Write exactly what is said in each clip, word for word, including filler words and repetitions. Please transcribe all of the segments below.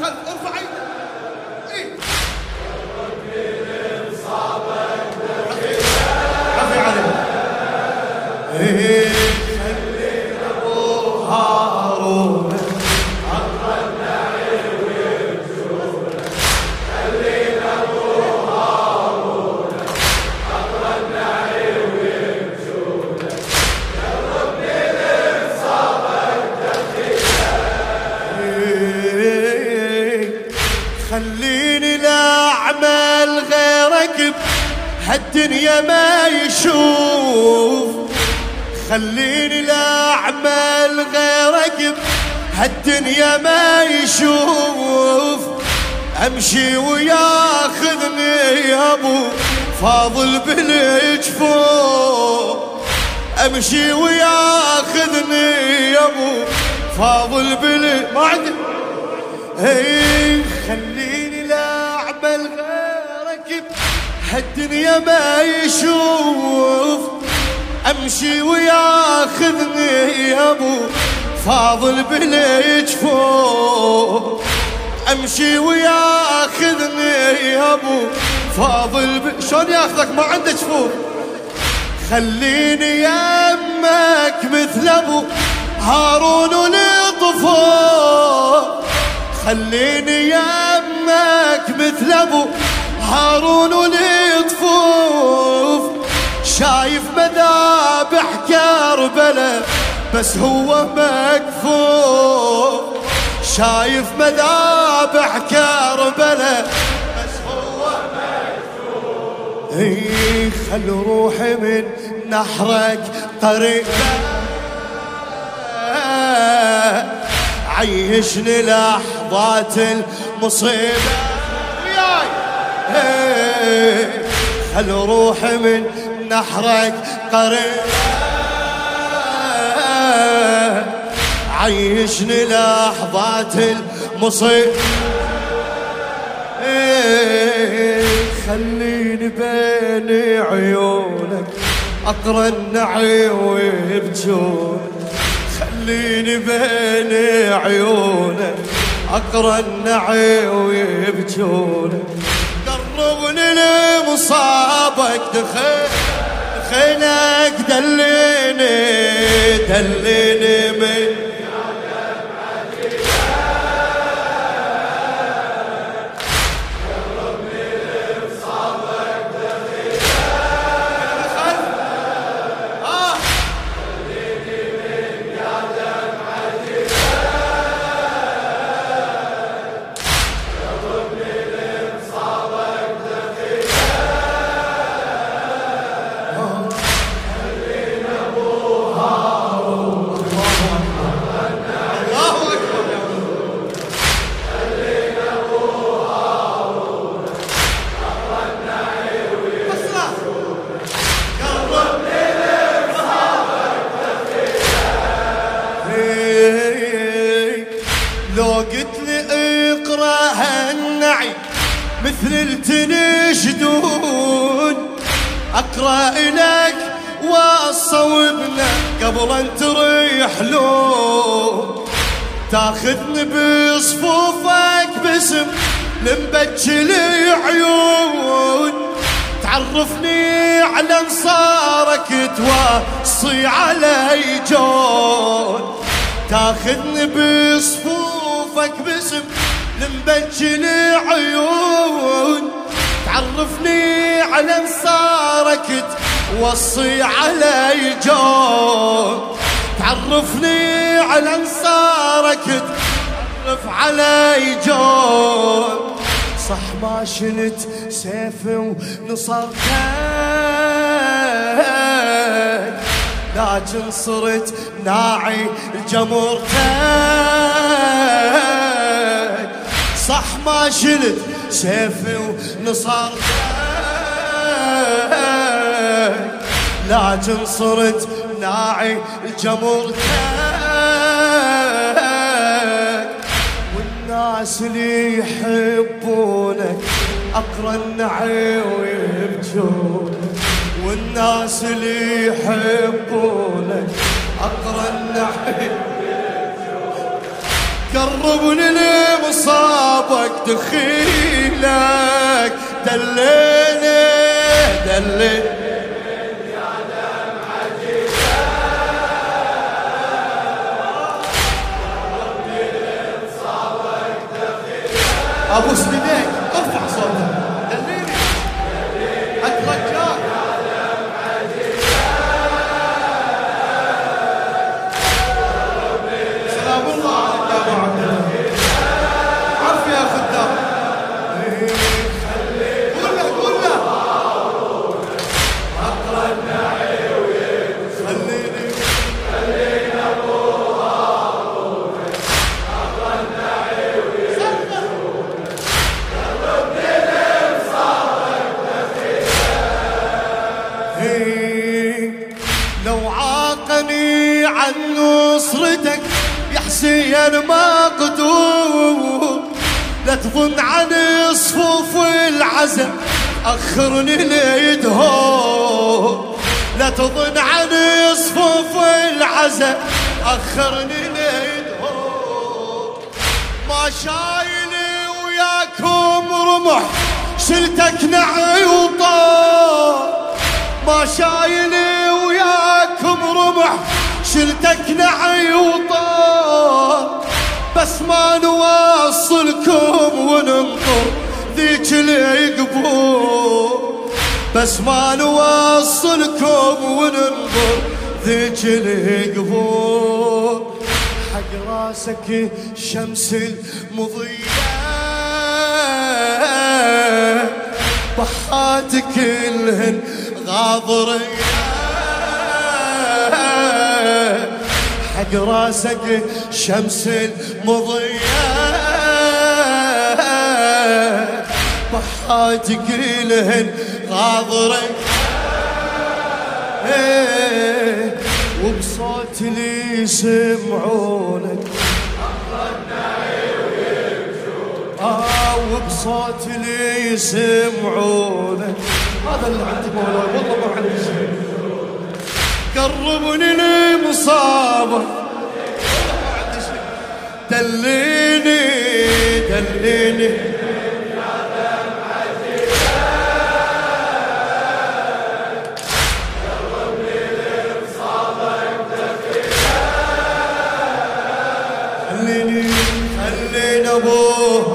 خلف ارفع ايدك. ايه رفع عليه. ايه خلينا ابو هارون خليني لا اعمل غيرك بهالدنيا ما يشوف. خليني لا اعمل غيرك بهالدنيا ما يشوف. امشي وياخذني يا ابو فاضل بالجفوف. امشي وياخذني يا ابو فاضل بال ما عندي. هي خليني لا اعمل غيرك هالدنيا ما يشوف. امشي وياخذني يا ابو فاضل بالجفوف. امشي وياخذني يا ابو فاضل ب... شلون ياخذك ما عنده جفوف. خليني يمك مثل ابو هارون ولطفوف. خليني يمك مثل ابو هارون ولطفوف. شايف مذابح كربلاء بس هو مكفوف. شايف مذابح كربلاء بس هو مكفوف. اي خل روحي من نحرك قريب عيشني لحظات المصيبة. خل روحي من نحرك قريب عيشني لحظات المصيبة. خليني بين عيونك اقرا النعي ويبجون. خليني بين عيونك اقرا النعي ويبجون. قربني لمصابك دخل دخلك دليني دليني من مثل التنشدون أقرأ لك وأصوبنا قبل أن تريحلون. تاخذني بصفوفك باسم لمبجل عيون. تعرفني على انصارك توصي علي جون. تاخذني بصفوفك باسم لمبجل عيون. تعرفني على انصارك توصي علي جون. تعرفني على انصارك تعرف علي جون. صح ما شلت سيفي ونصرتك لكن صرت ناعي جمرتك. صح ما شلت سيفي ونصرتك لكن صرت ناعي جمرتك. والناس اللي يحبونك أقرأ النعي ويبجون. والناس اللي يحبونك أقرأ النعي قربني لمصابك دخيلك دليني دليني ابوس ايديك ارفع صوتك دليني اترجاك سلام الله عليك يا ابو عبد الله عرف يا خدام قول له قول له اقرا النعي خليني خليني ابو هارون اقرا النعي لو عاقني عن نصرتك يا حسين ما قدور لا تظن عن صفوف العزا أخرني ليدهور لا تظن عن صفوف العزا أخرني ليدهور ما شايلي وياكم رمح شلتك نعي وطار ما شايلي وياكم رمح شلتك نعي وطار بس ما نوصلكم وننطر ذيك القبور بس ما نوصلكم وننظر ذيك القبور حق راسك شمس المضية ضحاتك كلهن غاضرية حق راسك شمس المضية ضحاتك كلهن غاضرية وبصوت اللي يسمعونك آه وبصوت اللي يسمعونك هذا اللي عندي مولاي والله ما عندي شيء قربني لمصابك دليني دليني خليني خليني ابوه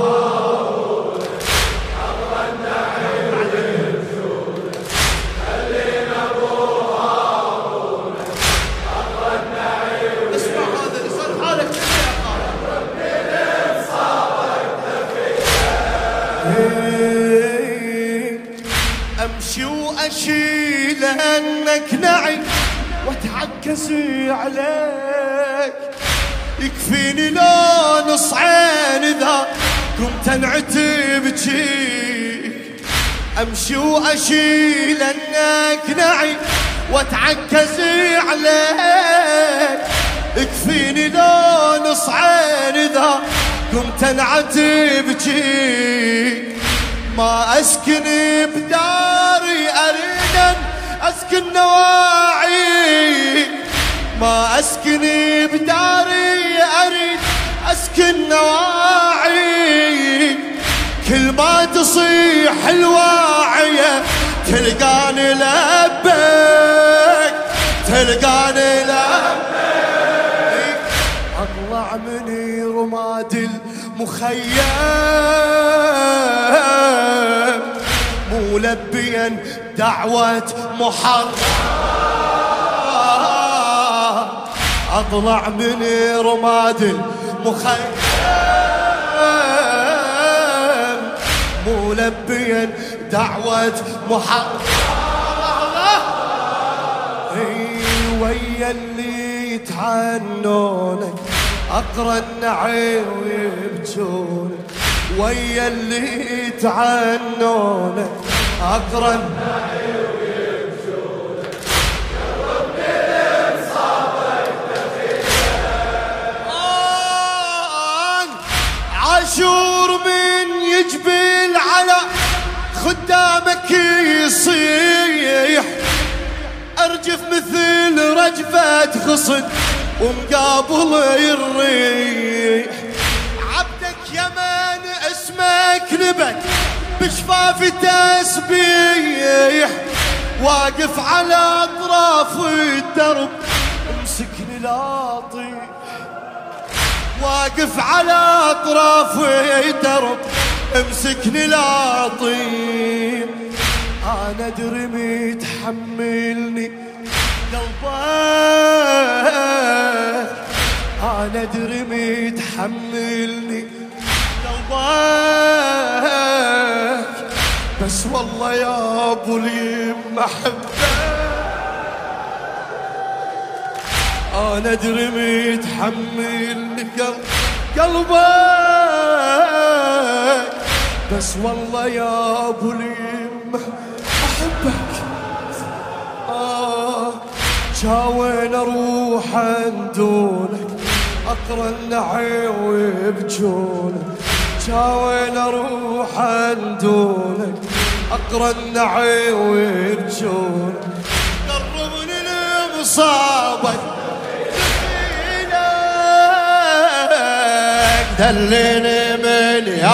امشي واشيل انك نعي واتعكز عليك يكفيني لو نص عين اذا قمت انعتب جيك امشي واشيل انك نعي واتعكز عليك يكفيني لو نص عين اذا قمت انعتب جيك ما اسكن بداري اريد ان اسكن نواعي ما اسكن بداري اريد اسكن نواعي كل ما تصيح الواعية تلقاني لبيك تلقاني لبيك اطلع مني رماد المخيم ملبيا دعوة محرم اطلع من رماد المخيم ملبيا دعوة محرم ويا اللي يتعنونك اقرا النعي ويبجونك ويا اللي يتعنونك اقرا النعي ويبجونك يا ربي لمصابك دخيلك عاشور من يجبل على خدامك يصيح ارجف مثل رجفة خصن ومقابل الريح يمن اسمك نبت بشفاف تسبيح، واقف على اطراف الدرب امسكني لا اطيح، واقف على اطراف الدرب امسكني لا اطيح. انا ادري متحملني قلبك، انا ادري متحملني قلبك، بس والله يا ابو اليم احبك. انا ادري متحملني قلبك، بس والله يا ابو اليم احبك. آه جاوين اروح عندونك اقرا النعي وبجونك، جاوين اروح عندونك اقرا النعي وبجونك. قربني لمصابك دليني من يا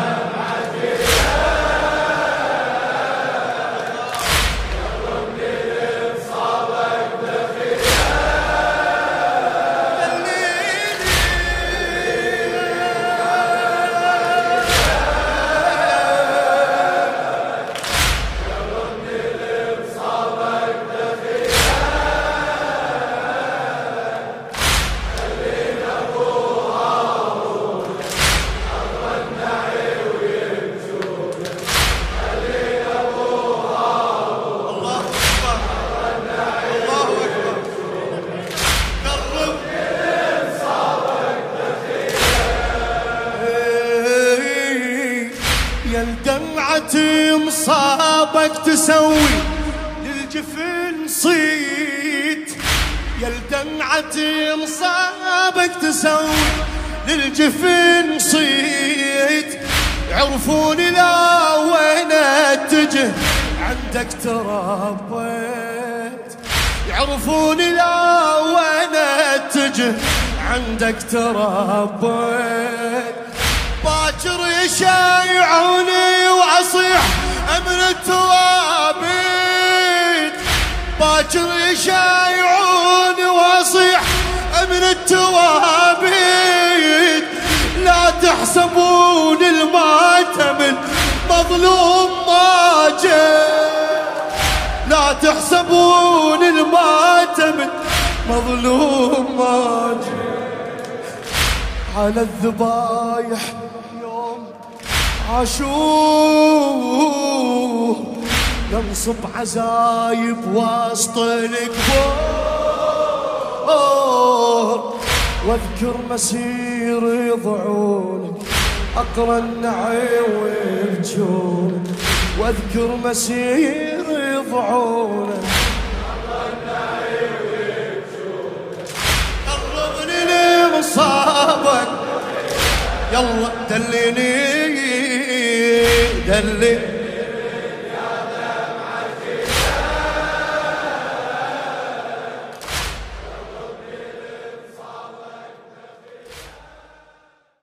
مصابك تسوي للجفن صيت، يا الدمعة مصابك تسوي للجفن صيت. يعرفوني لا وين اتجه عندك تربيت، يعرفوني لا وين اتجه عندك تربيت. باكر يشايعوني واصيح امن التوابيت، باكر يشايعوني واصيح امن التوابيت. لا تحسبون الماتم مظلوم ماجد، لا تحسبون الماتم مظلوم ماجد. على الذبايح يوم عاشور ينصب عزايب وسط الكبور، واذكر مسير ضعونك اقرا النعي وبجونك، واذكر مسير ضعونك اقرا النعي وبجونك. قربني لمصابك يلا دليني دلي